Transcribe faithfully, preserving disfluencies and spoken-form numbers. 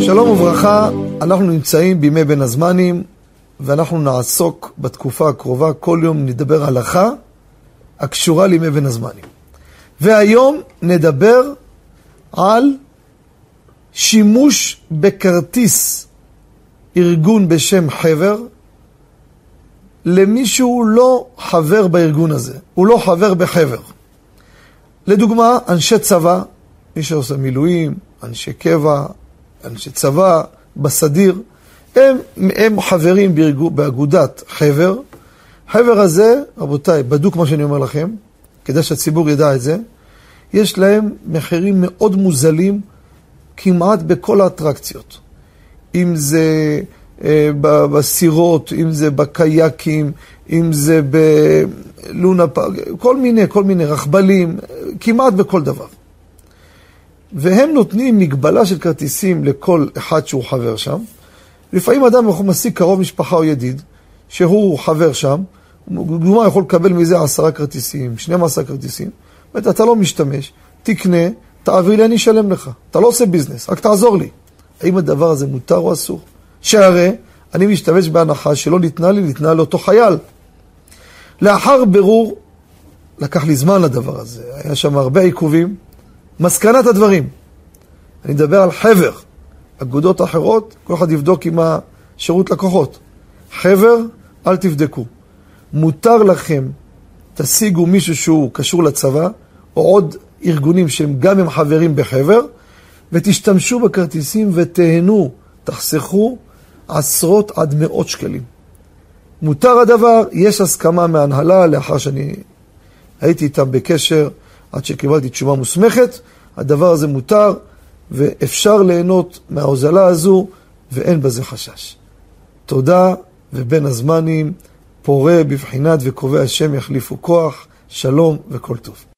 שלום וברכה, אנחנו נמצאים בימי בין הזמנים, ואנחנו נעסוק בתקופה הקרובה, כל יום נדבר הלכה הקשורה לימי בין הזמנים. והיום נדבר על שימוש בכרטיס ארגון בשם חבר, למי שהוא לא חבר בארגון הזה, הוא לא חבר בחבר. לדוגמה, אנשי צבא, מי שעושה מילואים, אנשי קבע, אנשי צבא, בסדיר, הם, הם חברים בארגו, באגודת חבר. חבר הזה, רבותיי, בדוק מה שאני אומר לכם, כדי שהציבור ידע את זה, יש להם מחירים מאוד מוזלים, כמעט בכל האטרקציות. אם זה אה, בסירות, אם זה בקייקים, אם זה בלונה פארק, כל מיני, כל מיני רכבלים, כמעט בכל דבר. והם נותנים מגבלה של כרטיסים לכל אחד שהוא חבר שם. לפעמים אדם יכול משיג קרוב משפחה או ידיד, שהוא חבר שם, דוגמה יכול לקבל מזה עשרה כרטיסים, שנים עשר כרטיסים, ואתה לא משתמש, תקנה, תעביר לי, אני אשלם לך. אתה לא עושה ביזנס, רק תעזור לי. האם הדבר הזה מותר או אסור? שהרי אני משתמש בהנחה שלא ניתנה לי, ניתנה לאותו חייל. לאחר בירור, לקח לי זמן לדבר הזה, היה שם הרבה עיכובים, מסקנת הדברים, אני מדבר על חבר, אגודות אחרות, כל אחד יבדוק עם השירות לקוחות. חבר, אל תבדקו. מותר לכם, תשיגו מישהו שהוא קשור לצבא, או עוד ארגונים שהם גם הם חברים בחבר, ותשתמשו בכרטיסים ותהנו, תחסכו עשרות עד מאות שקלים. מותר הדבר, יש הסכמה מהנהלה, לאחר שאני הייתי איתם בקשר, עד שקיבלתי תשובה מוסמכת, הדבר הזה מותר, ואפשר ליהנות מההוזלה הזו, ואין בזה חשש. תודה, ובין הזמנים, פורה בבחינת וקובע השם יחליפו כוח, שלום וכל טוב.